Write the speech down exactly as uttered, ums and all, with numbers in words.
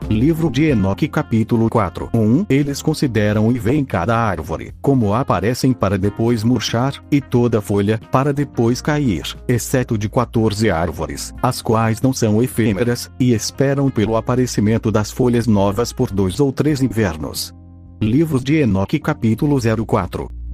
Livro de Enoque capítulo quatro um Eles consideram e veem cada árvore, como aparecem para depois murchar, e toda folha, para depois cair, exceto de quatorze árvores, as quais não são efêmeras, e esperam pelo aparecimento das folhas novas por dois ou três invernos. Livro de Enoque capítulo zero quatro